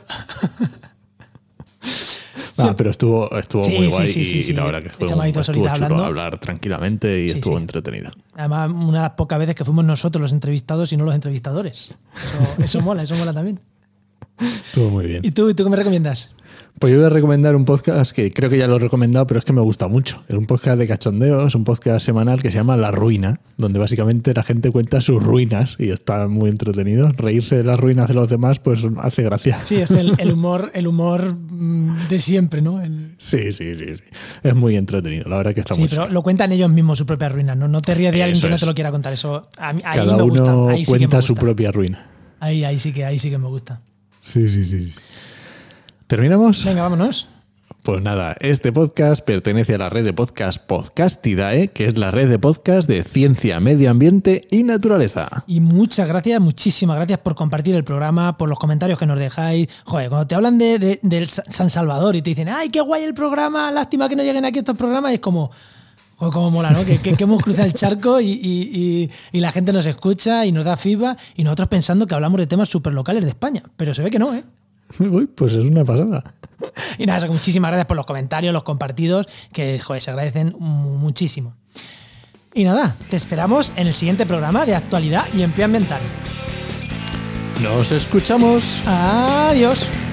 C: Pero estuvo muy guay
A: y
C: la verdad que fue
A: chulo
C: hablar tranquilamente y estuvo entretenido.
A: Además, una de las pocas veces que fuimos nosotros los entrevistados y no los entrevistadores. Eso mola también.
C: Estuvo muy bien.
A: ¿Y tú qué me recomiendas?
C: Pues yo voy a recomendar un podcast que creo que ya lo he recomendado, pero es que me gusta mucho. Es un podcast de cachondeo, es un podcast semanal que se llama La Ruina, donde básicamente la gente cuenta sus ruinas y está muy entretenido. Reírse de las ruinas de los demás pues hace gracia.
A: Sí, es el humor de siempre, ¿no?
C: Sí. Es muy entretenido, la verdad que está muy
A: pero lo cuentan ellos mismos, sus propias ruinas, ¿no? No te ríes de alguien que no te lo quiera contar. Eso ahí
C: cada
A: me gusta.
C: uno
A: ahí sí
C: cuenta
A: que me gusta.
C: su propia ruina.
A: Ahí sí que me gusta.
C: Sí. ¿Terminamos?
A: Venga, vámonos.
C: Pues nada, este podcast pertenece a la red de podcast Podcastidae, que es la red de podcast de ciencia, medio ambiente y naturaleza.
B: Y muchísimas gracias por compartir el programa, por los comentarios que nos dejáis. Joder, cuando te hablan del San Salvador y te dicen, ¡ay, qué guay el programa! Lástima que no lleguen aquí estos programas. Es como mola, ¿no? Que hemos cruzado el charco y la gente nos escucha y nos da feedback, y nosotros pensando que hablamos de temas súper locales de España. Pero se ve que no, ¿eh?
C: Uy, pues es una pasada.
B: Y nada, muchísimas gracias por los comentarios, los compartidos, que joder, se agradecen muchísimo. Y nada, te esperamos en el siguiente programa de actualidad y empleo ambiental.
C: Nos escuchamos.
B: Adiós.